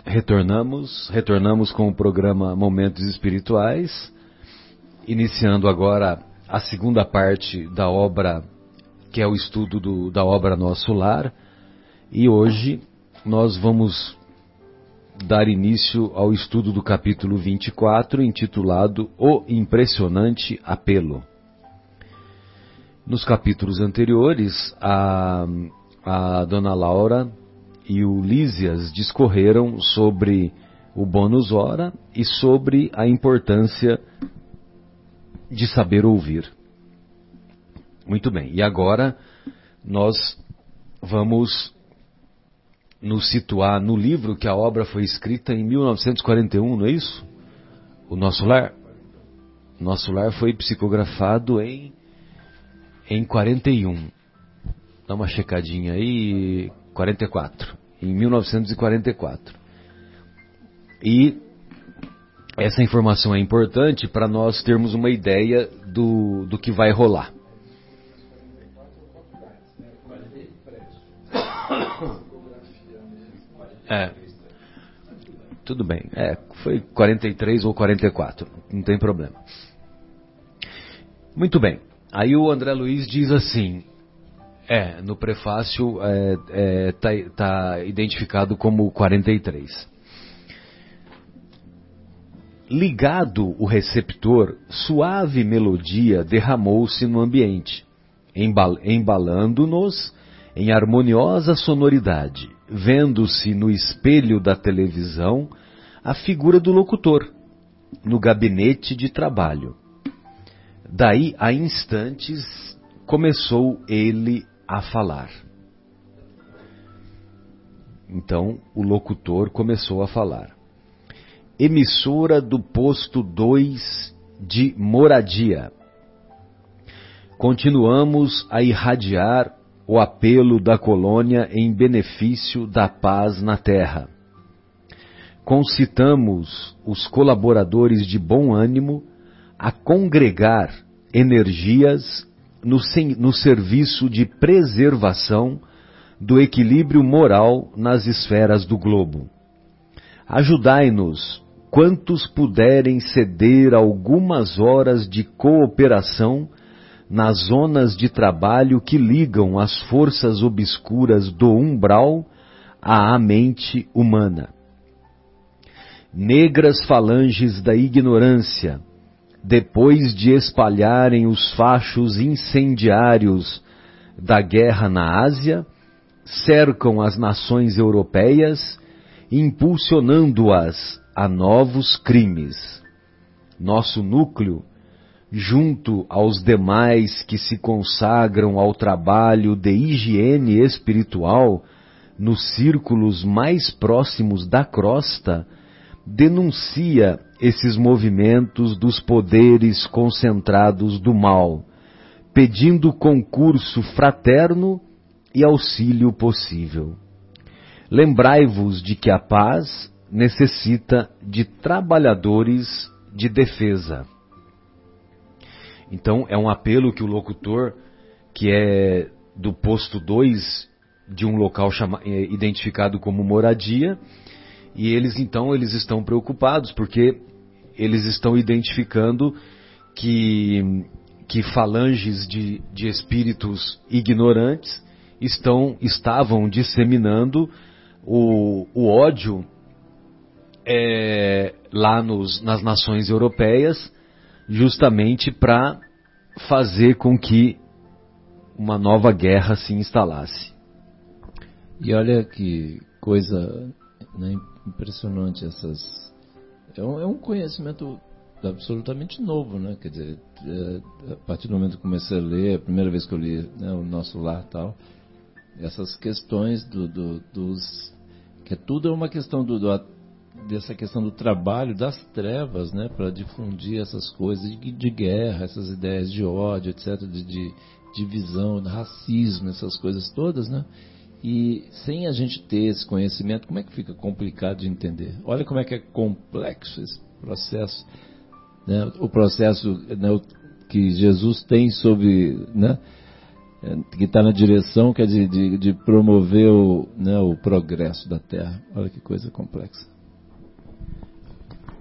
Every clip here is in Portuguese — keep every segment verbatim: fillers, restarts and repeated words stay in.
Retornamos, retornamos com o programa Momentos Espirituais, iniciando agora a segunda parte da obra, que é o estudo do, da obra Nosso Lar, e hoje nós vamos dar início ao estudo do capítulo vinte e quatro, intitulado O Impressionante Apelo. Nos capítulos anteriores, a, a Dona Laura e o Lísias discorreram sobre o bônus hora e sobre a importância de saber ouvir. Muito bem, e agora nós vamos nos situar no livro que a obra foi escrita em mil novecentos e quarenta e um, não é isso? O Nosso Lar? Nosso Lar foi psicografado em, em quarenta e um. Dá uma checadinha aí... quarenta e quatro, em mil novecentos e quarenta e quatro. E essa informação é importante para nós termos uma ideia do, do que vai rolar. É, tudo bem, é, foi quarenta e três ou quarenta e quatro, não tem problema. Muito bem, aí o André Luiz diz assim... É, no prefácio está é, é, tá, tá identificado como quarenta e três. Ligado o receptor, suave melodia derramou-se no ambiente, embal, embalando-nos em harmoniosa sonoridade, vendo-se no espelho da televisão a figura do locutor, no gabinete de trabalho. Daí a instantes começou ele a falar. Então o locutor começou a falar. Emissora do posto dois de Moradia. Continuamos a irradiar o apelo da colônia em benefício da paz na terra. Concitamos os colaboradores de bom ânimo a congregar energias No, no serviço de preservação do equilíbrio moral nas esferas do globo. Ajudai-nos, quantos puderem ceder algumas horas de cooperação nas zonas de trabalho que ligam as forças obscuras do umbral à mente humana. Negras falanges da ignorância, depois de espalharem os fachos incendiários da guerra na Ásia, cercam as nações europeias, impulsionando-as a novos crimes. Nosso núcleo, junto aos demais que se consagram ao trabalho de higiene espiritual nos círculos mais próximos da crosta, denuncia esses movimentos dos poderes concentrados do mal, pedindo concurso fraterno e auxílio possível. Lembrai-vos de que a paz necessita de trabalhadores de defesa. Então é um apelo que o locutor, que é do posto dois de um local chama, é, identificado como Moradia, e eles então eles estão preocupados porque eles estão identificando que, que falanges de, de espíritos ignorantes estão, estavam disseminando o, o ódio é, lá nos, nas nações europeias, justamente para fazer com que uma nova guerra se instalasse. E olha que coisa, né, impressionante essas. É um, é um conhecimento absolutamente novo, né? Quer dizer, é, a partir do momento que eu comecei a ler, a primeira vez que eu li, né, o Nosso Lar e tal, essas questões do, do, dos. Que é tudo é uma questão do, do, dessa questão do trabalho das trevas, né? Para difundir essas coisas de, de guerra, essas ideias de ódio, etcétera, de, de divisão, de racismo, essas coisas todas, né? E sem a gente ter esse conhecimento, como é que fica complicado de entender? Olha como é que é complexo esse processo, né? O processo, né, que Jesus tem sobre, né, que está na direção, que é de, de, de promover o, né, o progresso da Terra. Olha que coisa complexa.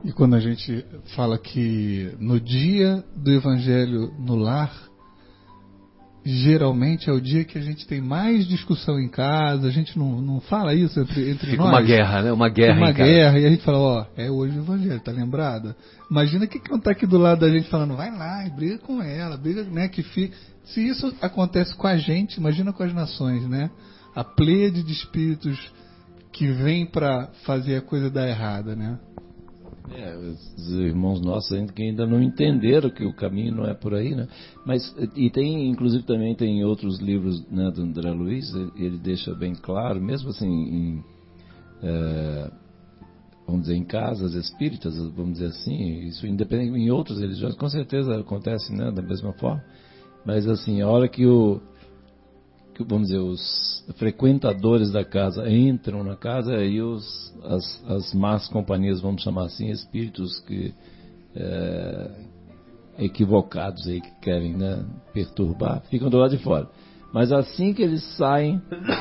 E quando a gente fala que no dia do Evangelho no lar, geralmente é o dia que a gente tem mais discussão em casa, a gente não, não fala isso entre, entre Fica nós. uma guerra, né? Uma guerra Uma em casa. guerra, e a gente fala, ó, é hoje o Evangelho, tá lembrada? Imagina que não tá aqui do lado da gente falando, vai lá e briga com ela, briga, né, que fica... Se isso acontece com a gente, imagina com as nações, né? A pleiade de espíritos que vem para fazer a coisa dar errada, né? É, os irmãos nossos ainda, que ainda não entenderam que o caminho não é por aí, né? Mas, e tem, inclusive também tem outros livros, né, do André Luiz, ele, ele deixa bem claro, mesmo assim, em, é, vamos dizer, em casas espíritas, vamos dizer assim, isso independente, em outras religiões, com certeza acontece, né, da mesma forma, mas assim, a hora que o, que, vamos dizer, os frequentadores da casa entram na casa, aí os, as, as más companhias, vamos chamar assim, espíritos que é, equivocados aí, que querem, né, perturbar, ficam do lado de fora. Mas assim que eles saem,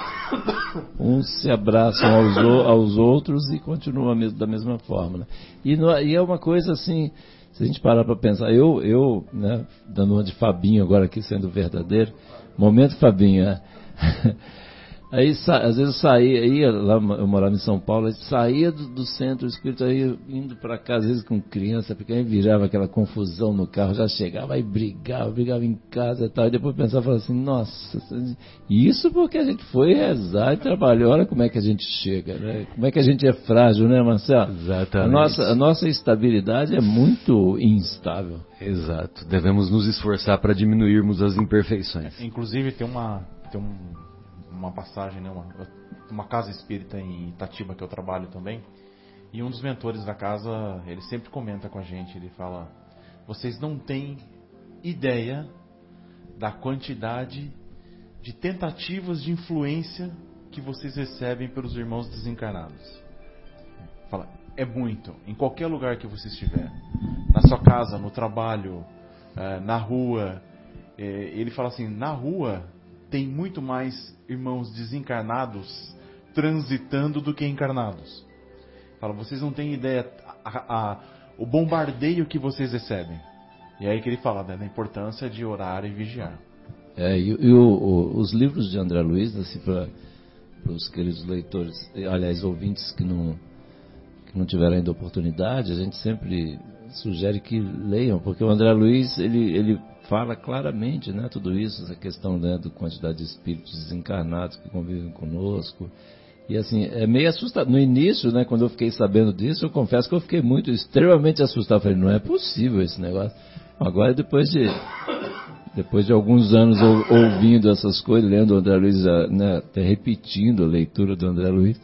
uns se abraçam aos, aos outros e continuam da mesma forma, né? E, no, e é uma coisa assim, se a gente parar para pensar, eu, eu né, dando uma de Fabinho agora aqui, sendo verdadeiro, momento Fabinho, né? Aí às vezes eu saía, ia, lá eu morava em São Paulo, eu saía do, do centro espírita, aí indo para casa, às vezes com criança, porque aí virava aquela confusão no carro, já chegava e brigava, brigava em casa e tal, e depois pensava, falava assim, nossa, isso porque a gente foi rezar e trabalhou, olha como é que a gente chega, né? Como é que a gente é frágil, né, Marcelo? Exatamente. A nossa, a nossa estabilidade é muito instável. Exato, devemos nos esforçar para diminuirmos as imperfeições. Inclusive tem uma... Tem um, uma passagem, né, uma, uma casa espírita em Itatiba que eu trabalho também, e um dos mentores da casa, ele sempre comenta com a gente, ele fala, vocês não têm ideia da quantidade de tentativas de influência que vocês recebem pelos irmãos desencarnados. Fala, é muito, em qualquer lugar que você estiver, na sua casa, no trabalho, na rua, ele fala assim, na rua tem muito mais irmãos desencarnados transitando do que encarnados. Fala, vocês não têm ideia a, a, o bombardeio que vocês recebem. E é aí que ele fala, né, da importância de orar e vigiar. É, e, e o, o, os livros de André Luiz, assim, para os queridos leitores, aliás, ouvintes que não, que não tiveram ainda oportunidade, a gente sempre sugere que leiam, porque o André Luiz, ele... ele fala claramente, né, tudo isso, essa questão, né, da quantidade de espíritos desencarnados que convivem conosco. E assim, é meio assustador. No início, né, quando eu fiquei sabendo disso, eu confesso que eu fiquei muito, extremamente assustado. Falei, não é possível esse negócio. Agora, depois de, depois de alguns anos ouvindo essas coisas, lendo o André Luiz, né, até repetindo a leitura do André Luiz,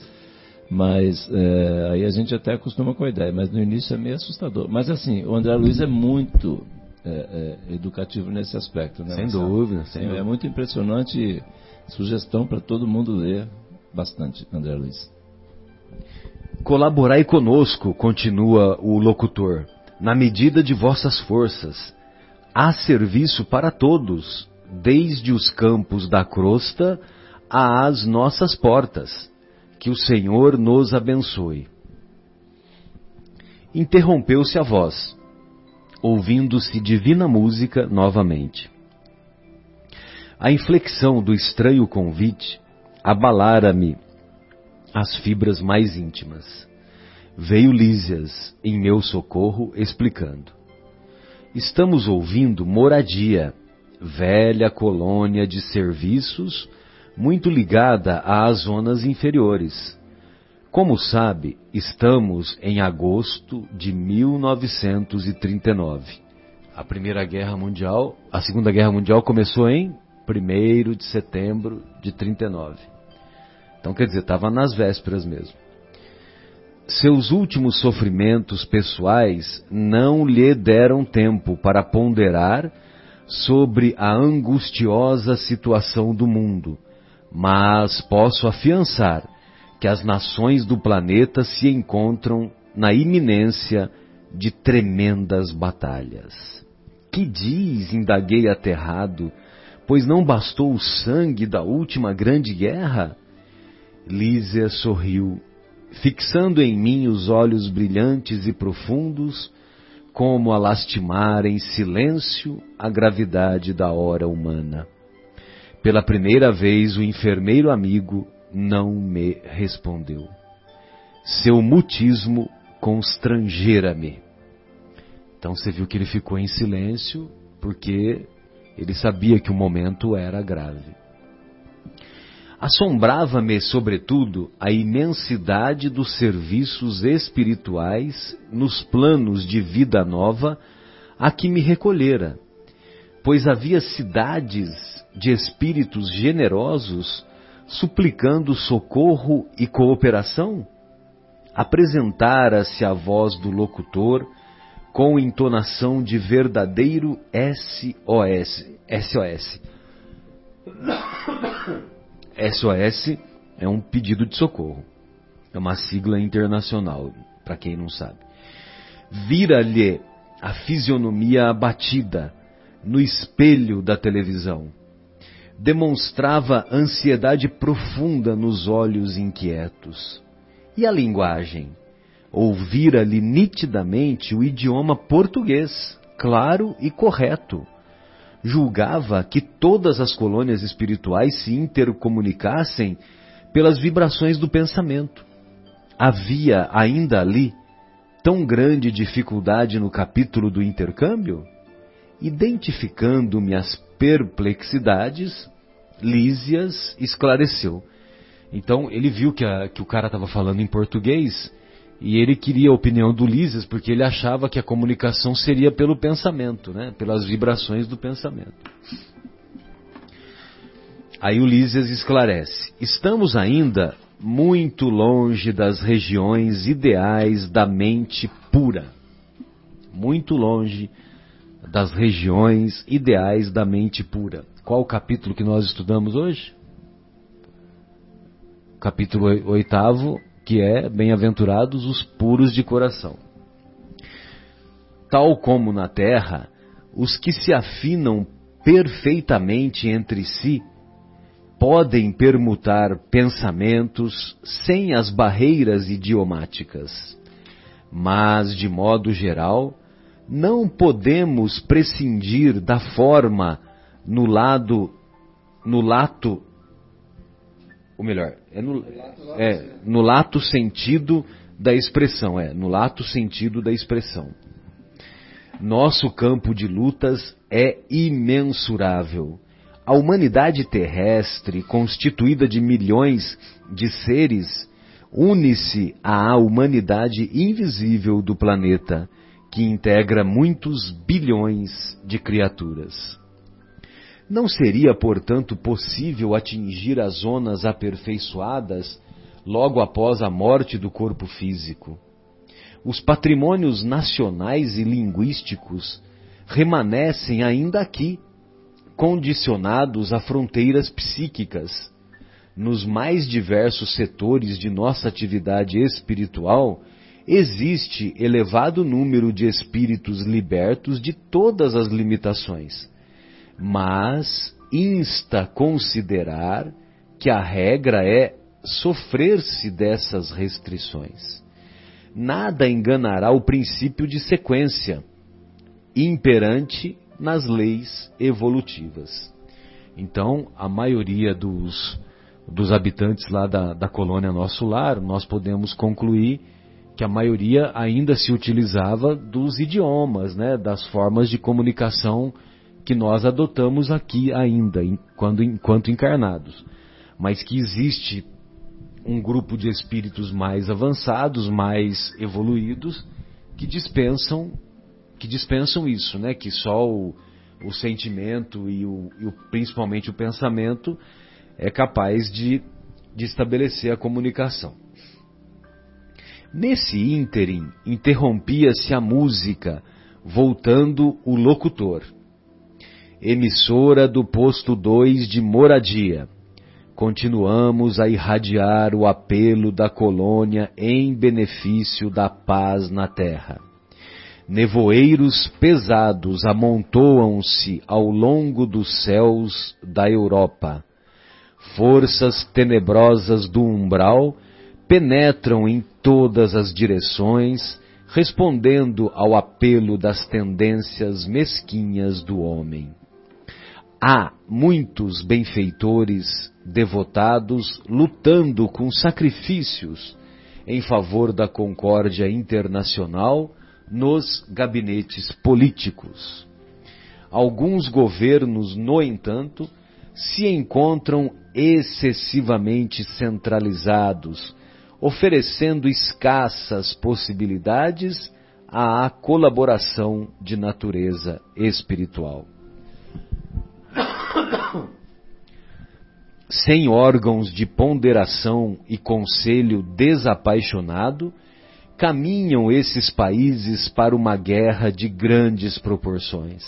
mas é, aí a gente até acostuma com a ideia, mas no início é meio assustador. Mas assim, o André Luiz é muito... É, é, educativo nesse aspecto, né? Sem Marcelo? dúvida, sem é, dúvida. É muito impressionante, sugestão para todo mundo ler bastante, André Luiz. Colaborai conosco, continua o locutor, na medida de vossas forças. Há serviço para todos, desde os campos da crosta às nossas portas. Que o Senhor nos abençoe. Interrompeu-se a voz, ouvindo-se divina música novamente. A inflexão do estranho convite abalara-me as fibras mais íntimas. Veio Lísias em meu socorro explicando. Estamos ouvindo Moradia, velha colônia de serviços muito ligada às zonas inferiores. Como sabe, estamos em agosto de mil novecentos e trinta e nove. A Primeira Guerra Mundial, a Segunda Guerra Mundial começou em primeiro de setembro de trinta e nove. Então, quer dizer, estava nas vésperas mesmo. Seus últimos sofrimentos pessoais não lhe deram tempo para ponderar sobre a angustiosa situação do mundo, mas posso afiançar que as nações do planeta se encontram na iminência de tremendas batalhas. Que diz, indaguei aterrado, pois não bastou o sangue da última grande guerra? Lísia sorriu fixando em mim os olhos brilhantes e profundos, como a lastimar em silêncio a gravidade da hora humana. Pela primeira vez o enfermeiro amigo não me respondeu. Seu mutismo constrangera-me. Então você viu que ele ficou em silêncio porque ele sabia que o momento era grave. Assombrava-me, sobretudo, a imensidade dos serviços espirituais nos planos de vida nova a que me recolhera, pois havia cidades de espíritos generosos suplicando socorro e cooperação. Apresentara-se a voz do locutor com entonação de verdadeiro S O S. S O S. S O S é um pedido de socorro. É uma sigla internacional, para quem não sabe. Vira-lhe a fisionomia abatida no espelho da televisão. Demonstrava ansiedade profunda nos olhos inquietos. E a linguagem? Ouvira-lhe nitidamente o idioma português, claro e correto. Julgava que todas as colônias espirituais se intercomunicassem pelas vibrações do pensamento. Havia ainda ali tão grande dificuldade no capítulo do intercâmbio? Identificando-me as perplexidades, Lísias esclareceu. Então ele viu que, a, que o cara estava falando em português e ele queria a opinião do Lísias porque ele achava que a comunicação seria pelo pensamento, né? Pelas vibrações do pensamento. Aí o Lísias esclarece. Estamos ainda muito longe das regiões ideais da mente pura. Muito longe das regiões ideais da mente pura. Qual o capítulo que nós estudamos hoje? Capítulo oitavo, que é Bem-aventurados os puros de coração. Tal como na terra, os que se afinam perfeitamente entre si podem permutar pensamentos sem as barreiras idiomáticas. Mas, de modo geral, não podemos prescindir da forma no lado, no lato, ou melhor, é no, é, no lato sentido da expressão, é, no lato sentido da expressão. Nosso campo de lutas é imensurável. A humanidade terrestre, constituída de milhões de seres, une-se à humanidade invisível do planeta, que integra muitos bilhões de criaturas. Não seria, portanto, possível atingir as zonas aperfeiçoadas logo após a morte do corpo físico. Os patrimônios nacionais e linguísticos remanescem ainda aqui, condicionados a fronteiras psíquicas. Nos mais diversos setores de nossa atividade espiritual, existe elevado número de espíritos libertos de todas as limitações, mas insta considerar que a regra é sofrer-se dessas restrições. Nada enganará o princípio de sequência, imperante nas leis evolutivas. Então, a maioria dos, dos habitantes lá da, da colônia Nosso Lar, nós podemos concluir que a maioria ainda se utilizava dos idiomas, né, das formas de comunicação que nós adotamos aqui ainda, enquanto, enquanto encarnados. Mas que existe um grupo de espíritos mais avançados, mais evoluídos, que dispensam, que dispensam isso, né? Que só o, o sentimento e, o, e o, principalmente o pensamento é capaz de, de estabelecer a comunicação. Nesse ínterim, interrompia-se a música, voltando o locutor. Emissora do posto dois de Moradia. Continuamos a irradiar o apelo da colônia em benefício da paz na terra. Nevoeiros pesados amontoam-se ao longo dos céus da Europa. Forças tenebrosas do umbral penetram em todas as direções, respondendo ao apelo das tendências mesquinhas do homem. Há muitos benfeitores devotados lutando com sacrifícios em favor da concórdia internacional nos gabinetes políticos. Alguns governos, no entanto, se encontram excessivamente centralizados, oferecendo escassas possibilidades à colaboração de natureza espiritual. Sem órgãos de ponderação e conselho desapaixonado, caminham esses países para uma guerra de grandes proporções.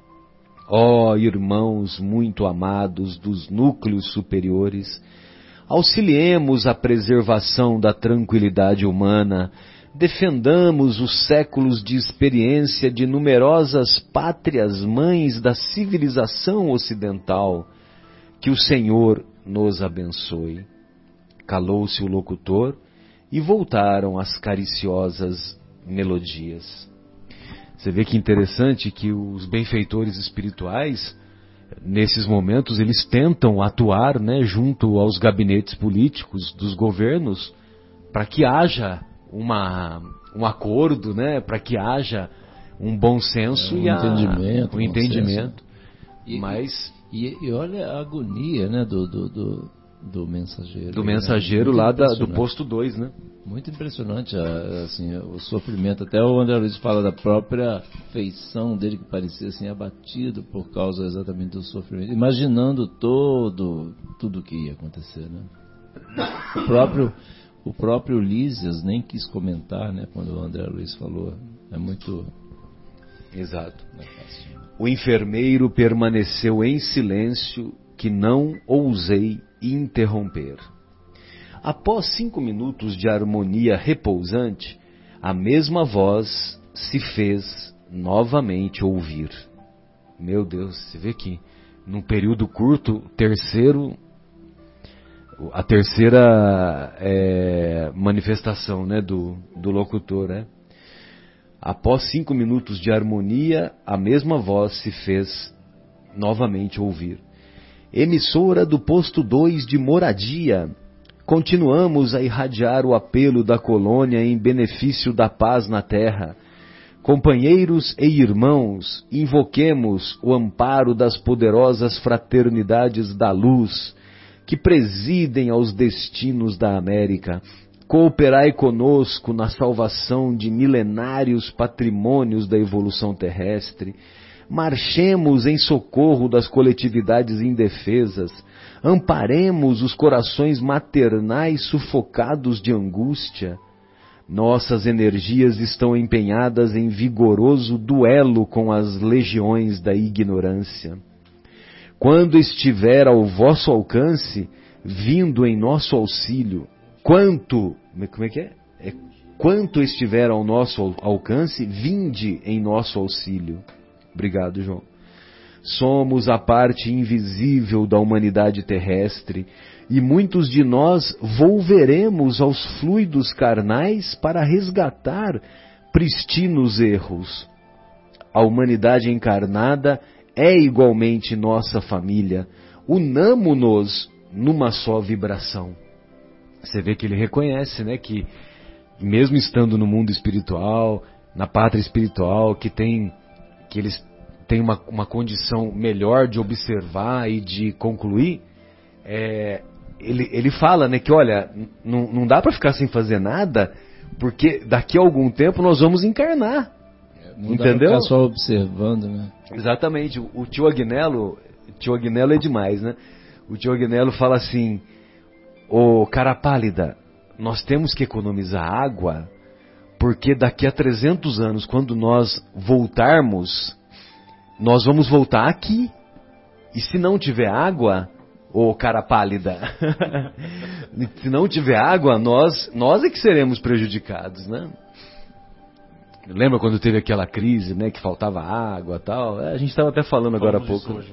Ó oh, irmãos muito amados dos núcleos superiores, auxiliemos a preservação da tranquilidade humana, defendamos os séculos de experiência de numerosas pátrias mães da civilização ocidental. Que o Senhor nos abençoe. Calou-se o locutor e voltaram as cariciosas melodias. Você vê que interessante que os benfeitores espirituais, nesses momentos, eles tentam atuar, né, junto aos gabinetes políticos dos governos, para que haja uma, um acordo, né, para que haja um bom senso é, um e a, entendimento, um entendimento. E, Mas e, e olha a agonia, né, do, do, do, do mensageiro. Do mensageiro, né? lá da, do posto dois, né? Muito impressionante, assim, o sofrimento. Até o André Luiz fala da própria feição dele, que parecia assim, abatido por causa exatamente do sofrimento, imaginando todo, tudo o que ia acontecer, né? O próprio, o próprio Lísias nem quis comentar, né, quando o André Luiz falou. É muito... Exato. Não é fácil. O enfermeiro permaneceu em silêncio, que não ousei interromper. Após cinco minutos de harmonia repousante, a mesma voz se fez novamente ouvir. Meu Deus, você vê que num período curto, terceiro, a terceira é, manifestação, né, do, do locutor, né? Após cinco minutos de harmonia, a mesma voz se fez novamente ouvir. Emissora do posto dois de Moradia, continuamos a irradiar o apelo da colônia em benefício da paz na terra. Companheiros e irmãos, invoquemos o amparo das poderosas fraternidades da luz, que presidem aos destinos da América. Cooperai conosco na salvação de milenários patrimônios da evolução terrestre. Marchemos em socorro das coletividades indefesas. Amparemos os corações maternais sufocados de angústia. Nossas energias estão empenhadas em vigoroso duelo com as legiões da ignorância. Quando estiver ao vosso alcance, vindo em nosso auxílio, quanto, como é que é? é quanto estiver ao nosso alcance, vinde em nosso auxílio. Obrigado, João. Somos a parte invisível da humanidade terrestre e muitos de nós volveremos aos fluidos carnais para resgatar pristinos erros. A humanidade encarnada é igualmente nossa família. Unamo-nos numa só vibração. Você vê que ele reconhece, né, que mesmo estando no mundo espiritual, na pátria espiritual, que tem que eles têm uma, uma condição melhor de observar e de concluir, é, ele, ele fala, né, que olha, não, não dá para ficar sem fazer nada, porque daqui a algum tempo nós vamos encarnar. Não entendeu? Dá pra ficar só observando, né? Exatamente. O, o tio Agnello, tio Agnello é demais, né? O tio Agnello fala assim: ô cara pálida, nós temos que economizar água, porque daqui a trezentos anos, quando nós voltarmos, nós vamos voltar aqui. E se não tiver água, ô cara pálida, se não tiver água, nós, nós é que seremos prejudicados, né? Lembra quando teve aquela crise, né, que faltava água e tal? A gente estava até falando agora há pouco. Hoje.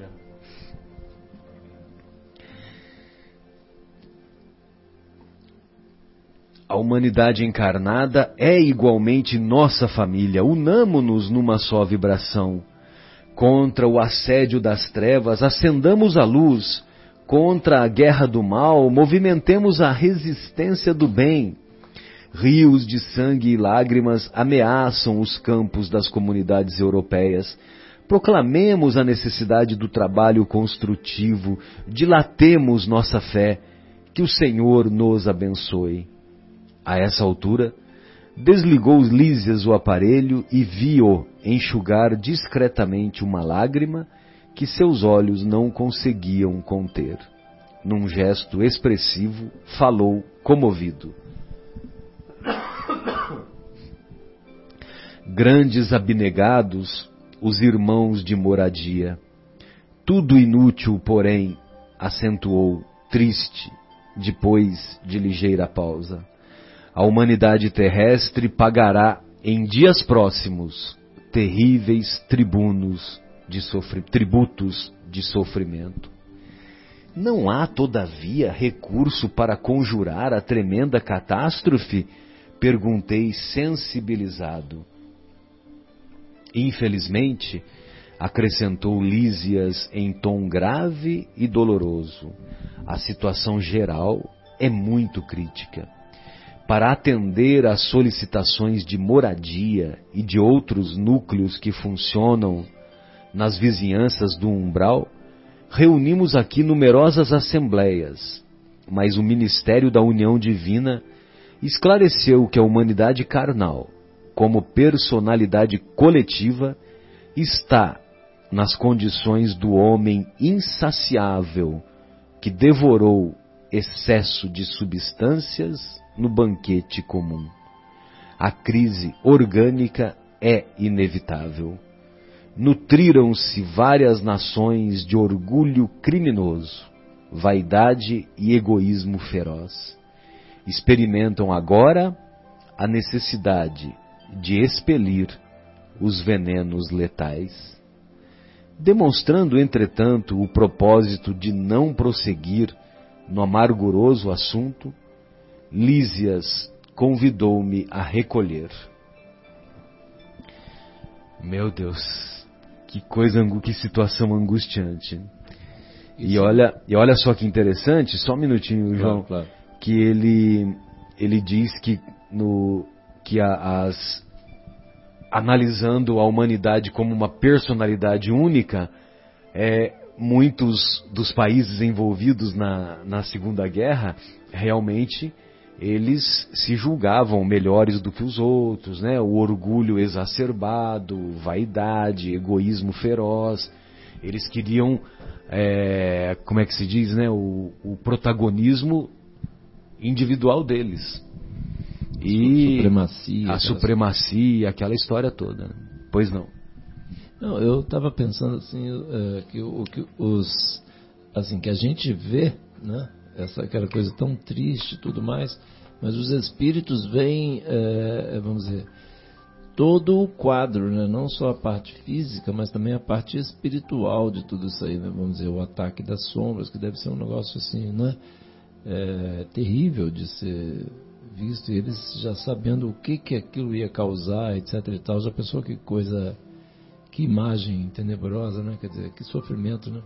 A humanidade encarnada é igualmente nossa família. Unamo-nos numa só vibração. Contra o assédio das trevas, acendamos a luz. Contra a guerra do mal, movimentemos a resistência do bem. Rios de sangue e lágrimas ameaçam os campos das comunidades europeias. Proclamemos a necessidade do trabalho construtivo. Dilatemos nossa fé. Que o Senhor nos abençoe. A essa altura, desligou Lísias o aparelho e viu enxugar discretamente uma lágrima que seus olhos não conseguiam conter. Num gesto expressivo, falou comovido. Grandes abnegados, os irmãos de moradia. Tudo inútil, porém, acentuou, triste, depois de ligeira pausa. A humanidade terrestre pagará em dias próximos terríveis tribunos de sofri- tributos de sofrimento. Não há, todavia, recurso para conjurar a tremenda catástrofe? Perguntei sensibilizado. Infelizmente, acrescentou Lísias em tom grave e doloroso, a situação geral é muito crítica. Para atender às solicitações de moradia e de outros núcleos que funcionam nas vizinhanças do umbral, reunimos aqui numerosas assembleias, mas o Ministério da União Divina esclareceu que a humanidade carnal, como personalidade coletiva, está nas condições do homem insaciável que devorou excesso de substâncias no banquete comum. A crise orgânica é inevitável. Nutriram-se várias nações de orgulho criminoso, vaidade e egoísmo feroz. Experimentam agora a necessidade de expelir os venenos letais. Demonstrando, entretanto, o propósito de não prosseguir no amarguroso assunto, Lísias convidou-me a recolher. Meu Deus, que coisa, que situação angustiante. E olha, e olha só que interessante, só um minutinho, João, claro, claro. que ele, ele diz que, no, que a, as, analisando a humanidade como uma personalidade única, é, muitos dos países envolvidos na, na Segunda Guerra, realmente eles se julgavam melhores do que os outros, né? O orgulho exacerbado, vaidade, egoísmo feroz. Eles queriam, é, como é que se diz, né? O, o protagonismo individual deles. E supremacia, a supremacia, aquela história toda. Pois não. Não, eu estava pensando assim, é, que, o, que os, assim, que a gente vê, né? Essa, aquela coisa tão triste e tudo mais, mas os espíritos veem, é, vamos dizer, todo o quadro, né? Não só a parte física, mas também a parte espiritual de tudo isso aí, né? Vamos dizer, o ataque das sombras, que deve ser um negócio assim, né? É, terrível de ser visto, e eles já sabendo o que, que aquilo ia causar, etc e tal, já pensou que coisa, que imagem tenebrosa, né? Quer dizer, que sofrimento, né?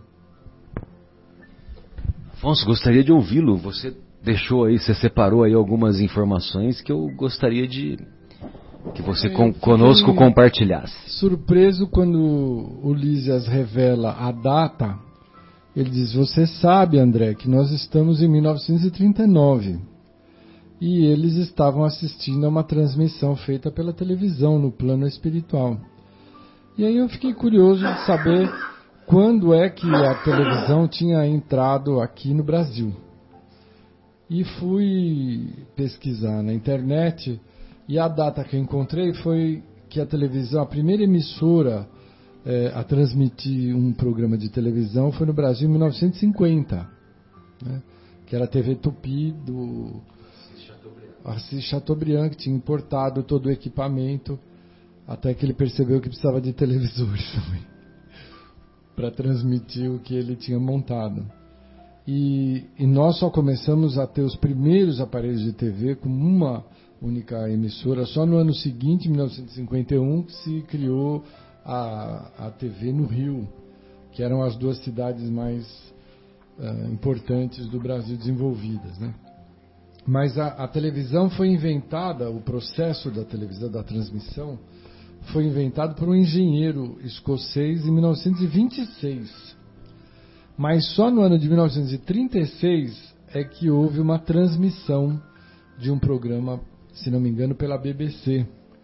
Afonso, gostaria de ouvi-lo. Você deixou aí, você separou aí algumas informações que eu gostaria de que você com, conosco compartilhasse. Surpreso quando o Lísias revela a data, ele diz: você sabe, André, que nós estamos em mil novecentos e trinta e nove e eles estavam assistindo a uma transmissão feita pela televisão no plano espiritual. E aí eu fiquei curioso de saber quando é que a televisão tinha entrado aqui no Brasil. E fui pesquisar na internet, e a data que eu encontrei foi que a televisão, a primeira emissora é, a transmitir um programa de televisão foi no Brasil em mil novecentos e cinquenta, né, que era a T V Tupi do Assis Chateaubriand, que tinha importado todo o equipamento, até que ele percebeu que precisava de televisores também para transmitir o que ele tinha montado. E, e nós só começamos a ter os primeiros aparelhos de T V com uma única emissora. Só no ano seguinte, em mil novecentos e cinquenta e um, que se criou a, a T V no Rio, que eram as duas cidades mais uh, importantes do Brasil desenvolvidas, né? Mas a, a televisão foi inventada, o processo da televisão, da transmissão, foi inventado por um engenheiro escocês em mil novecentos e vinte e seis. Mas só no ano de mil novecentos e trinta e seis é que houve uma transmissão de um programa, se não me engano, pela B B C.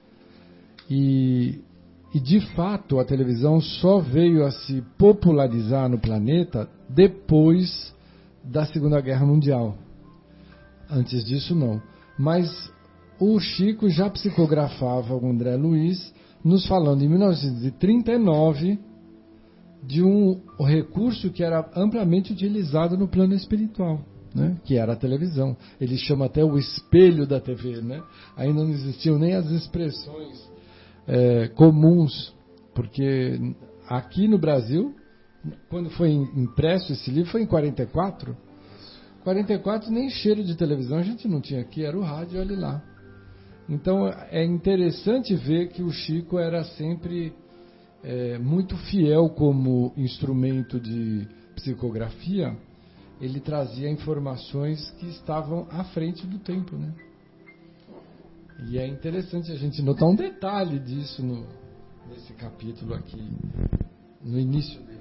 E, e de fato a televisão só veio a se popularizar no planeta depois da Segunda Guerra Mundial. Antes disso, não. Mas o Chico já psicografava o André Luiz, nos falando em mil novecentos e trinta e nove de um recurso que era amplamente utilizado no plano espiritual, né? Que era a televisão. Ele chama até o espelho da T V, né? Ainda não existiam nem as expressões é, comuns, porque aqui no Brasil, quando foi impresso esse livro, foi em quarenta e quatro. quarenta e quatro nem cheiro de televisão a gente não tinha aqui, era o rádio, olha lá. Então é interessante ver que o Chico era sempre é, muito fiel como instrumento de psicografia. Ele trazia informações que estavam à frente do tempo, né? E é interessante a gente notar um detalhe disso no, nesse capítulo aqui, no início dele.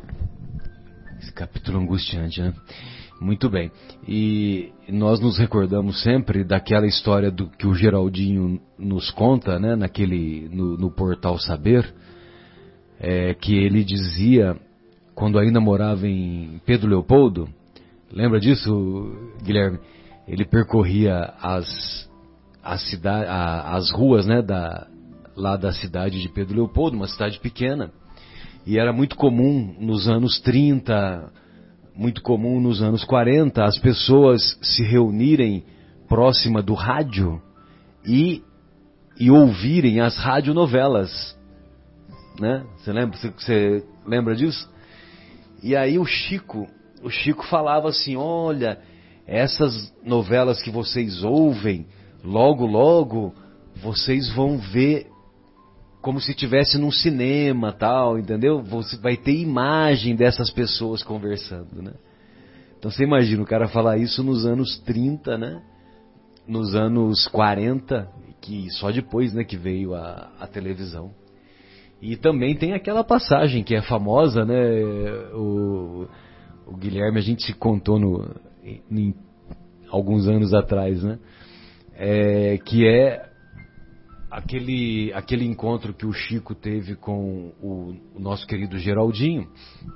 Esse capítulo angustiante, né? Muito bem. E nós nos recordamos sempre daquela história do que o Geraldinho nos conta, né? Naquele, no, no Portal Saber, é, que ele dizia, quando ainda morava em Pedro Leopoldo, lembra disso, Guilherme? Ele percorria as, as, cida, a, as ruas, né, da, lá da cidade de Pedro Leopoldo, uma cidade pequena, e era muito comum nos anos trinta, muito comum nos anos quarenta, as pessoas se reunirem próxima do rádio e, e ouvirem as radionovelas, né? Você lembra, você, você lembra disso? E aí o Chico, o Chico falava assim, olha, essas novelas que vocês ouvem, logo, logo, vocês vão ver como se estivesse num cinema, tal, entendeu? Você vai ter imagem dessas pessoas conversando, né? Então você imagina o cara falar isso nos anos trinta, né? Nos anos quarenta, que só depois, né, que veio a, a televisão. E também tem aquela passagem que é famosa, né? O, o Guilherme, a gente se contou no, em, alguns anos atrás, né? É, que é aquele, aquele encontro que o Chico teve com o, o nosso querido Geraldinho.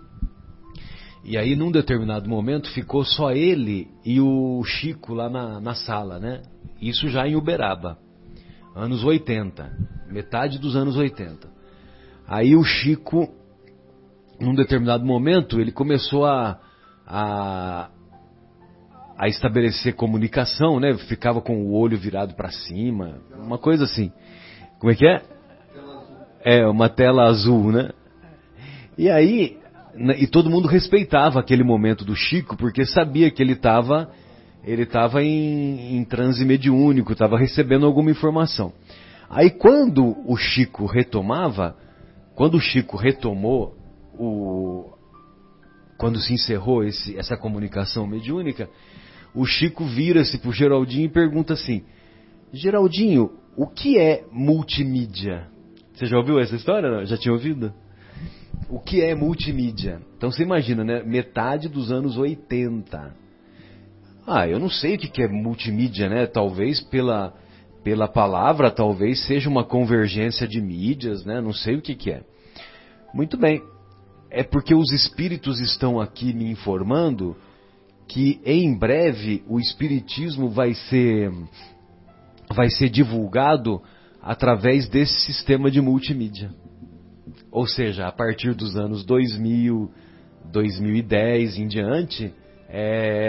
E aí, num determinado momento, ficou só ele e o Chico lá na, na sala, né? Isso já em Uberaba, anos oitenta, metade dos anos oitenta. Aí o Chico, num determinado momento, ele começou a, a, a estabelecer comunicação, né? Ficava com o olho virado para cima, uma coisa assim. Como é que é? É, uma tela azul, né? E aí, e todo mundo respeitava aquele momento do Chico, porque sabia que ele estava ele estava em, em transe mediúnico, estava recebendo alguma informação. Aí quando o Chico retomava, quando o Chico retomou, o, quando se encerrou esse, essa comunicação mediúnica, o Chico vira-se para o Geraldinho e pergunta assim, Geraldinho, o que é multimídia? Você já ouviu essa história? Não? Já tinha ouvido? O que é multimídia? Então você imagina, né? Metade dos anos oitenta. Ah, eu não sei o que é multimídia, né? Talvez pela, pela palavra, talvez seja uma convergência de mídias, né? Não sei o que que é. Muito bem. É porque os espíritos estão aqui me informando que em breve o espiritismo vai ser, vai ser divulgado através desse sistema de multimídia. Ou seja, a partir dos anos dois mil, dois mil e dez em diante, é,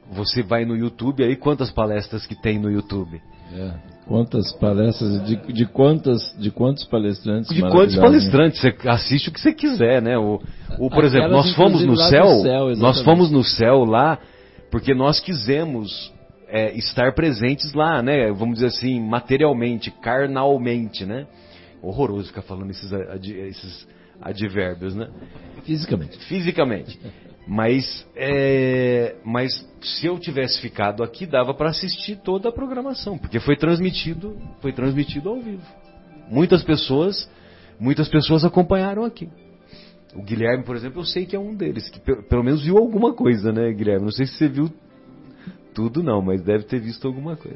você vai no YouTube, aí quantas palestras que tem no YouTube? É. Quantas palestras, de, de, quantas, de quantos palestrantes? De quantos palestrantes, você assiste o que você quiser, né? O, o, por exemplo, nós fomos no céu, céu nós fomos no céu lá, porque nós quisemos é, estar presentes lá, né? Vamos dizer assim, materialmente, carnalmente, né? Horroroso ficar falando esses, esses advérbios, né? Fisicamente. Fisicamente. Mas, é, mas se eu tivesse ficado aqui, dava para assistir toda a programação, porque foi transmitido, foi transmitido ao vivo. Muitas pessoas, muitas pessoas acompanharam aqui. O Guilherme, por exemplo, eu sei que é um deles, que pelo menos viu alguma coisa, né, Guilherme? Não sei se você viu tudo não, mas deve ter visto alguma coisa.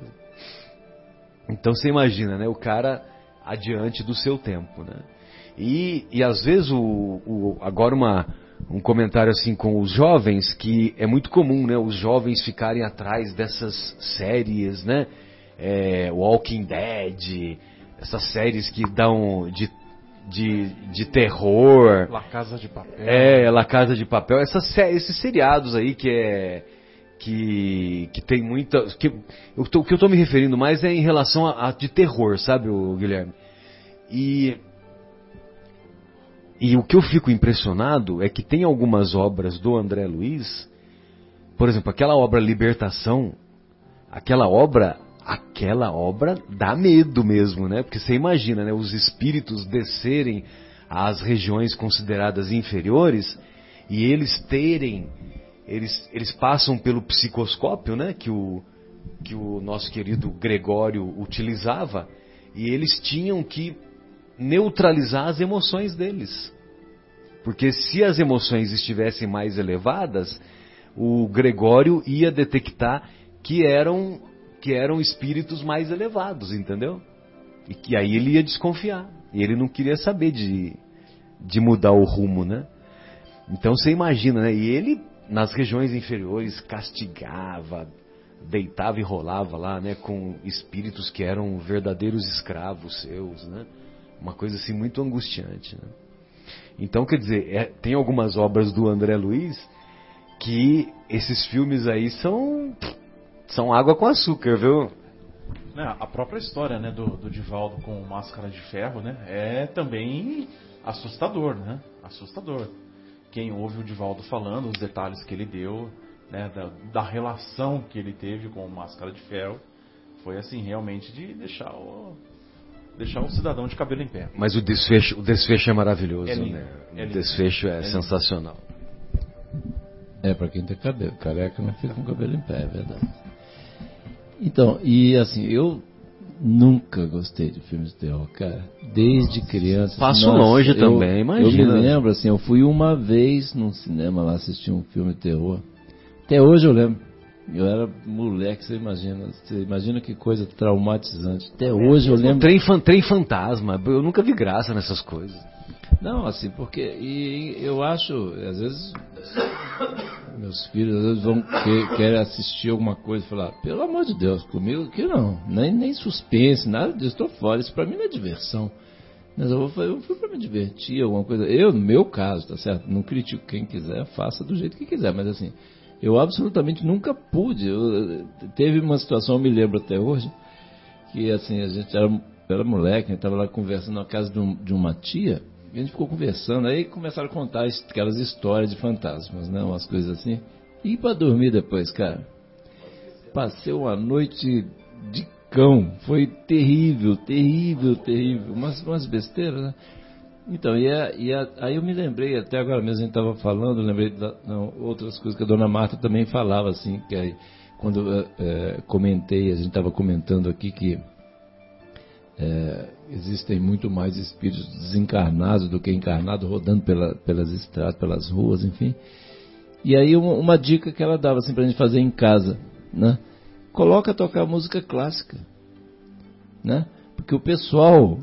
Então você imagina, né, o cara adiante do seu tempo, né? E, e às vezes, o, o, agora uma... um comentário assim com os jovens, que é muito comum, né, os jovens ficarem atrás dessas séries, né, é, Walking Dead, essas séries que dão de, de, de terror, La Casa de Papel, é, La Casa de Papel, essas, esses seriados aí que é que, que tem muita, que, eu tô, o que eu estou me referindo mais é em relação a, a de terror, sabe, o Guilherme? E E o que eu fico impressionado é que tem algumas obras do André Luiz, por exemplo, aquela obra Libertação, aquela obra, aquela obra dá medo mesmo, né? Porque você imagina, né, os espíritos descerem às regiões consideradas inferiores e eles terem, eles, eles passam pelo psicoscópio, né, que o, que o nosso querido Gregório utilizava, e eles tinham que neutralizar as emoções deles. Porque se as emoções estivessem mais elevadas, o Gregório ia detectar que eram, que eram espíritos mais elevados, entendeu? E que aí ele ia desconfiar. E ele não queria saber de, de mudar o rumo, né? Então você imagina, né? E ele, nas regiões inferiores, castigava, deitava e rolava lá, né? Com espíritos que eram verdadeiros escravos seus, né? Uma coisa assim muito angustiante, né? Então, quer dizer, é, tem algumas obras do André Luiz que esses filmes aí são, são água com açúcar, viu? É, a própria história, né, do, do Divaldo com Máscara de Ferro, né, é também assustador, né? Assustador. Quem ouve o Divaldo falando, os detalhes que ele deu, né, da, da relação que ele teve com Máscara de Ferro, foi assim, realmente de deixar o... deixar o cidadão de cabelo em pé. Mas o desfecho, o desfecho é maravilhoso, é lindo, né? É o desfecho é, é sensacional. É, pra quem tem cabelo. Careca não fica com cabelo em pé, é verdade. Então, e assim, eu nunca gostei de filmes de terror, cara. Desde criança. Passo nossa, longe eu, também, imagina. Eu me lembro, assim, eu fui uma vez num cinema lá assistir um filme de terror. Até hoje eu lembro. Eu era moleque, você imagina. Você imagina que coisa traumatizante. Até hoje eu lembro. Trem, trem fantasma. Eu nunca vi graça nessas coisas. Não, assim, porque e eu acho, às vezes, meus filhos às vezes vão que, querem assistir alguma coisa e falar, pelo amor de Deus, comigo que não, nem, nem suspense, nada disso, estou fora, isso pra mim não é diversão. Mas eu, vou, eu fui pra me divertir, alguma coisa. Eu, no meu caso, tá certo? Não critico quem quiser, faça do jeito que quiser, mas assim, eu absolutamente nunca pude. Eu, teve uma situação, eu me lembro até hoje, que assim, a gente era, era moleque, a gente estava lá conversando na casa de, um, de uma tia. A gente ficou conversando, aí começaram a contar aquelas histórias de fantasmas, né? Umas coisas assim. E para dormir depois, cara, passei uma noite de cão. Foi terrível, terrível, terrível. Umas, umas besteiras, né? Então, e, a, e a, aí eu me lembrei, até agora mesmo a gente estava falando, lembrei de não, outras coisas que a dona Marta também falava, assim, que aí, quando é, comentei, a gente estava comentando aqui que É, existem muito mais espíritos desencarnados do que encarnados rodando pela, pelas estradas, pelas ruas, enfim. E aí uma, uma dica que ela dava assim, pra gente fazer em casa, né? Coloca a tocar música clássica, né? Porque o pessoal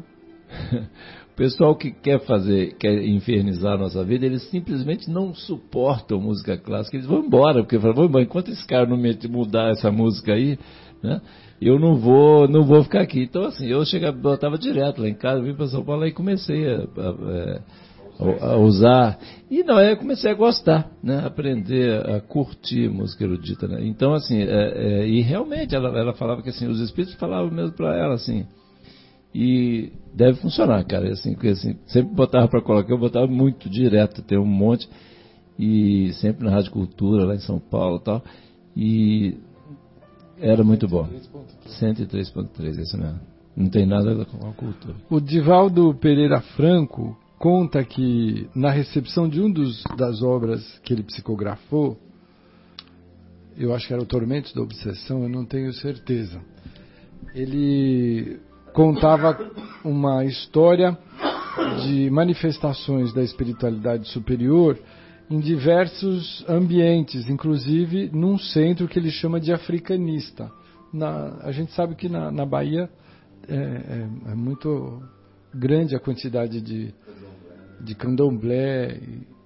o pessoal que quer fazer, quer infernizar a nossa vida, eles simplesmente não suportam música clássica, eles vão embora, porque falam, vão embora, enquanto esse cara não mudar essa música aí, né? Eu não vou, não vou ficar aqui. Então, assim, eu chegava, eu estava direto lá em casa, vim para São Paulo e comecei a, a, a, a usar. E não, aí eu comecei a gostar, né? Aprender a curtir música erudita, né? Então, assim, é, é, e realmente ela, ela falava que assim, os espíritos falavam mesmo para ela, assim, e deve funcionar, cara, assim, porque assim, sempre botava para colocar, eu botava muito direto, tem um monte, e sempre na Rádio Cultura, lá em São Paulo e tal, e era muito bom. cento e três ponto três, isso mesmo. Não tem nada com a cultura. O Divaldo Pereira Franco conta que na recepção de um dos, das obras que ele psicografou, eu acho que era o Tormentos da Obsessão, eu não tenho certeza, ele contava uma história de manifestações da espiritualidade superior em diversos ambientes, inclusive num centro que ele chama de africanista. Na, a gente sabe que na, na Bahia é, é, é muito grande a quantidade de, de candomblé,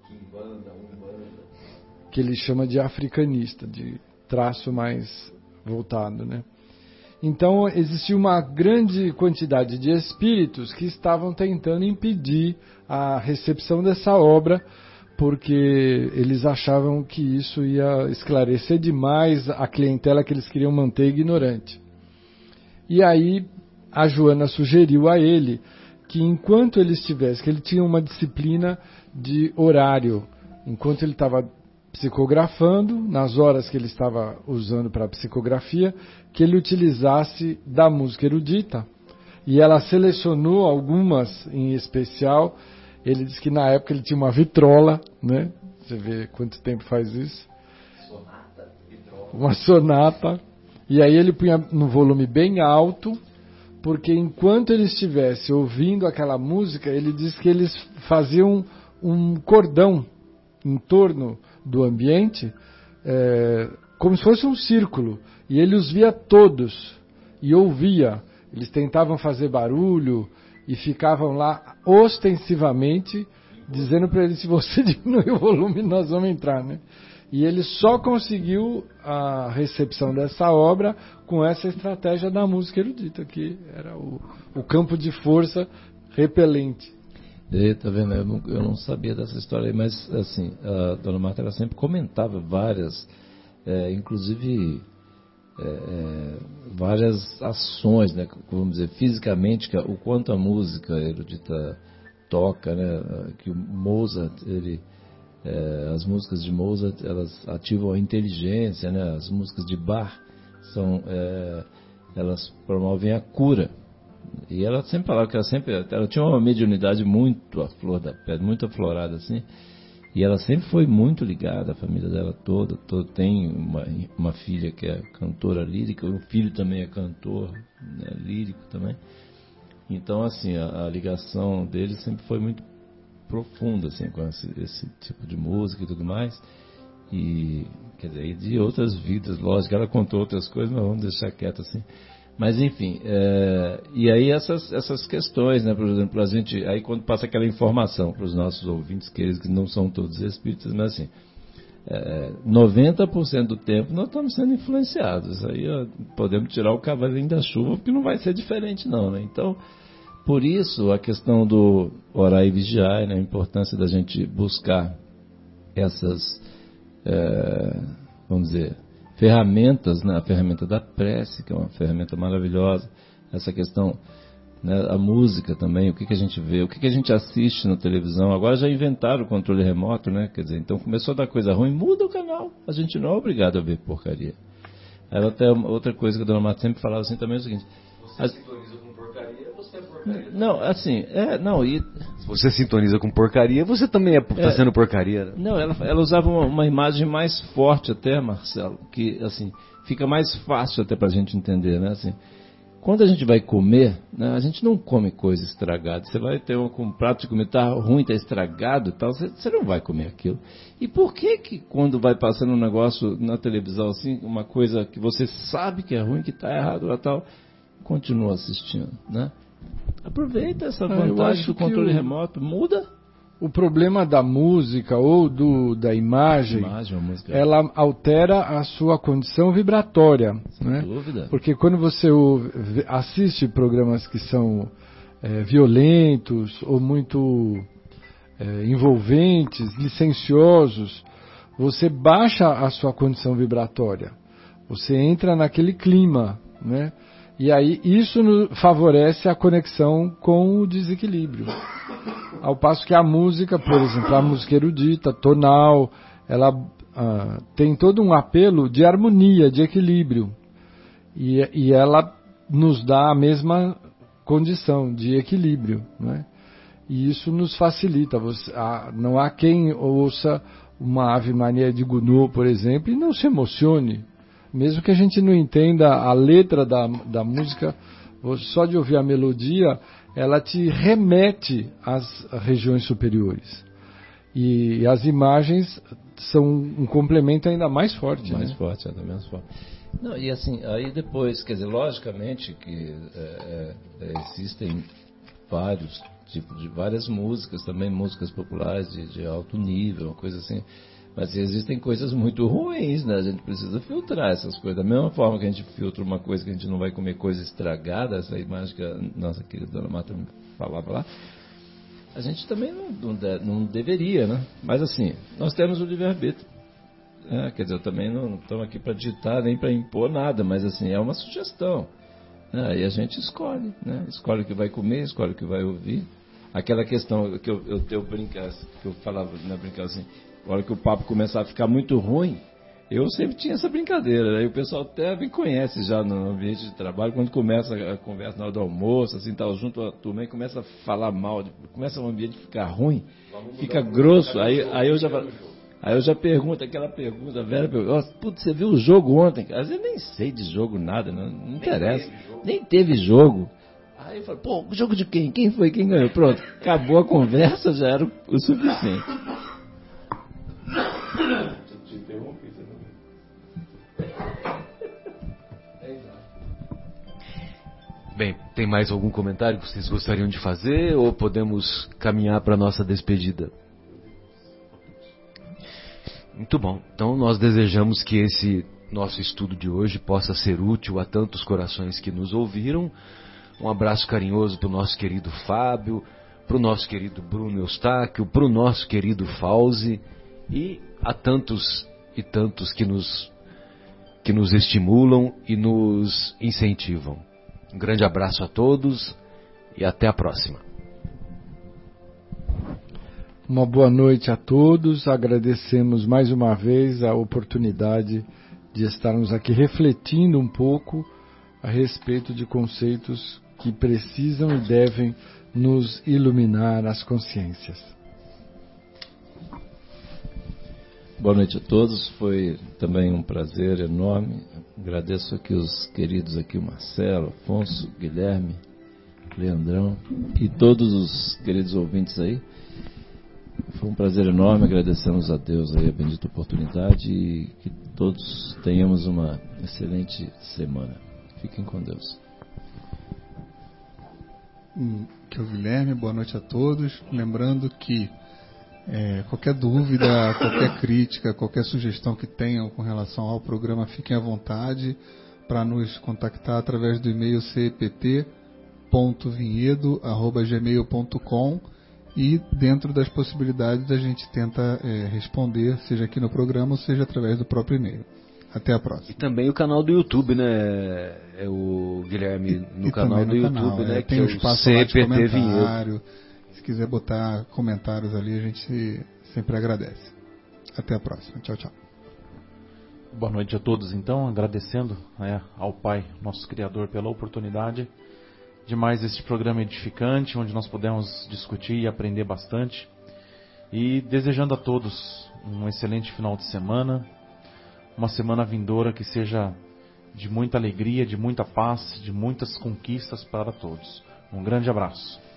que ele chama de africanista, de traço mais voltado, né? Então existia uma grande quantidade de espíritos que estavam tentando impedir a recepção dessa obra, porque eles achavam que isso ia esclarecer demais a clientela que eles queriam manter ignorante. E aí a Joana sugeriu a ele que enquanto ele estivesse, que ele tinha uma disciplina de horário, enquanto ele estava psicografando, nas horas que ele estava usando para a psicografia, que ele utilizasse da música erudita. E ela selecionou algumas em especial. Ele disse que na época ele tinha uma vitrola, né? Você vê quanto tempo faz isso? Sonata, vitrola. Uma sonata. E aí ele punha no volume bem alto, porque enquanto ele estivesse ouvindo aquela música, ele disse que eles faziam um cordão em torno do ambiente, é, como se fosse um círculo, e ele os via todos e ouvia. Eles tentavam fazer barulho e ficavam lá ostensivamente dizendo para ele: se você diminuir o volume nós vamos entrar, né? E ele só conseguiu a recepção dessa obra com essa estratégia da música erudita, que era o, o campo de força repelente. E, tá vendo? Eu não, eu não sabia dessa história aí, mas assim, a dona Marta ela sempre comentava várias, é, inclusive é, é, várias ações, né, vamos dizer, fisicamente, que, o quanto a música erudita toca, né, que o Mozart, ele, é, as músicas de Mozart, elas ativam a inteligência, né, as músicas de Bach são, é, elas promovem a cura. E ela sempre falava que ela sempre, ela tinha uma mediunidade muito à flor da pele, muito aflorada assim, e ela sempre foi muito ligada, a família dela toda, toda tem uma, uma filha que é cantora lírica, o filho também é cantor, né, lírico também. Então assim, a, a ligação deles sempre foi muito profunda assim, com esse, esse tipo de música e tudo mais, e quer dizer, e de outras vidas, lógico, ela contou outras coisas, mas vamos deixar quieto assim. Mas enfim, é, e aí essas, essas questões, né, por exemplo, a gente, aí quando passa aquela informação para os nossos ouvintes, que eles que não são todos espíritas, mas assim, é, noventa por cento do tempo nós estamos sendo influenciados, aí ó, podemos tirar o cavalinho da chuva, porque não vai ser diferente não, né? Então, por isso a questão do orar e vigiar, né, a importância da gente buscar essas, é, vamos dizer, ferramentas, né? A ferramenta da prece, que é uma ferramenta maravilhosa, essa questão, né? A música também, o que, que a gente vê, o que, que a gente assiste na televisão. Agora já inventaram o controle remoto, né? Quer dizer, então começou a dar coisa ruim, muda o canal, a gente não é obrigado a ver porcaria. Aí até outra coisa que a dona Marta sempre falava assim também é o seguinte: você as... sintoniza com porcaria, você é porcaria. Não, assim, é, não, e... Se você sintoniza com porcaria, você também está é, sendo porcaria. Né? Não, ela, ela usava uma, uma imagem mais forte até, Marcelo, que assim, fica mais fácil até para a gente entender, né? Assim, quando a gente vai comer, né, a gente não come coisa estragada. Você vai ter um, um prato de comida, tá ruim, tá estragado e tal, você, você não vai comer aquilo. E por que que quando vai passando um negócio na televisão, assim, uma coisa que você sabe que é ruim, que está errado e tal, continua assistindo, né? Aproveita essa vantagem do controle o, remoto, muda. O problema da música ou do, da imagem, imagem ela altera a sua condição vibratória. Sem né? dúvida. Porque quando você assiste programas que são é, violentos ou muito é, envolventes, licenciosos, você baixa a sua condição vibratória. Você entra naquele clima, né? E aí isso no, favorece a conexão com o desequilíbrio. Ao passo que a música, por exemplo, a música erudita, tonal, ela ah, tem todo um apelo de harmonia, de equilíbrio. E, e ela nos dá a mesma condição de equilíbrio, né? E isso nos facilita. Você, ah, não há quem ouça uma Ave Maria de Gounod, por exemplo, e não se emocione. Mesmo que a gente não entenda a letra da, da música, só de ouvir a melodia, ela te remete às regiões superiores. E, e as imagens são um complemento ainda mais forte. Mais né? forte, ainda mais forte. Não, e assim, aí depois, quer dizer, logicamente que é, é, existem vários tipos de várias músicas, também músicas populares de, de alto nível, coisa assim. Mas existem coisas muito ruins, né? A gente precisa filtrar essas coisas. Da mesma forma que a gente filtra uma coisa que a gente não vai comer coisa estragada, essa imagem que a nossa querida Dona Marta me falava lá, a gente também não, não, de, não deveria, né? Mas assim, nós temos o livre-arbítrio. É, quer dizer, eu também não estamos aqui para ditar nem para impor nada, mas assim, é uma sugestão. Né? E a gente escolhe, né? Escolhe o que vai comer, escolhe o que vai ouvir. Aquela questão que eu, eu, eu brincar, que eu falava, na brincar assim, a hora que o papo começar a ficar muito ruim, eu sempre tinha essa brincadeira, né? E o pessoal até me conhece já no ambiente de trabalho, quando começa a conversa na hora do almoço, assim, tal, junto à turma, e começa a falar mal, começa o ambiente a ficar ruim, fica grosso, aí, aí eu já aí eu já pergunto, aquela pergunta, velho, oh, putz, você viu o jogo ontem? Às vezes eu nem sei de jogo nada, não, não interessa, nem teve jogo. Aí eu falo, pô, jogo de quem? Quem foi? Quem ganhou? Pronto, acabou a conversa, já era o suficiente. Te interrompi, você não... Bem, tem mais algum comentário que vocês gostariam de fazer ou podemos caminhar para a nossa despedida? Muito bom. Então nós desejamos que esse nosso estudo de hoje possa ser útil a tantos corações que nos ouviram. Um abraço carinhoso para o nosso querido Fábio, para o nosso querido Bruno Eustáquio, para o nosso querido Fauzi e a tantos e tantos que nos, que nos estimulam e nos incentivam. Um grande abraço a todos e até a próxima. Uma boa noite a todos. Agradecemos mais uma vez a oportunidade de estarmos aqui refletindo um pouco a respeito de conceitos que precisam e devem nos iluminar as consciências. Boa noite a todos, foi também um prazer enorme. Agradeço aqui os queridos aqui, o Marcelo, Afonso, Guilherme, Leandrão e todos os queridos ouvintes aí. Foi um prazer enorme, agradecemos a Deus aí a bendita oportunidade e que todos tenhamos uma excelente semana. Fiquem com Deus. Que é o Guilherme, boa noite a todos. Lembrando que é, qualquer dúvida, qualquer crítica, qualquer sugestão que tenham com relação ao programa, fiquem à vontade para nos contactar através do e-mail c p t ponto vinhedo arroba gmail ponto com e dentro das possibilidades a gente tenta é, responder, seja aqui no programa ou seja através do próprio e-mail. Até a próxima. E também o canal do YouTube, né? É o Guilherme no e canal do no YouTube, canal, né? É, que tem é o o espaço lá de C P T Vinhedo. comentário. Se quiser botar comentários ali, a gente sempre agradece. Até a próxima. Tchau, tchau. Boa noite a todos, então, agradecendo né, ao Pai, nosso Criador, pela oportunidade de mais este programa edificante, onde nós pudemos discutir e aprender bastante. E desejando a todos um excelente final de semana, uma semana vindoura que seja de muita alegria, de muita paz, de muitas conquistas para todos. Um grande abraço.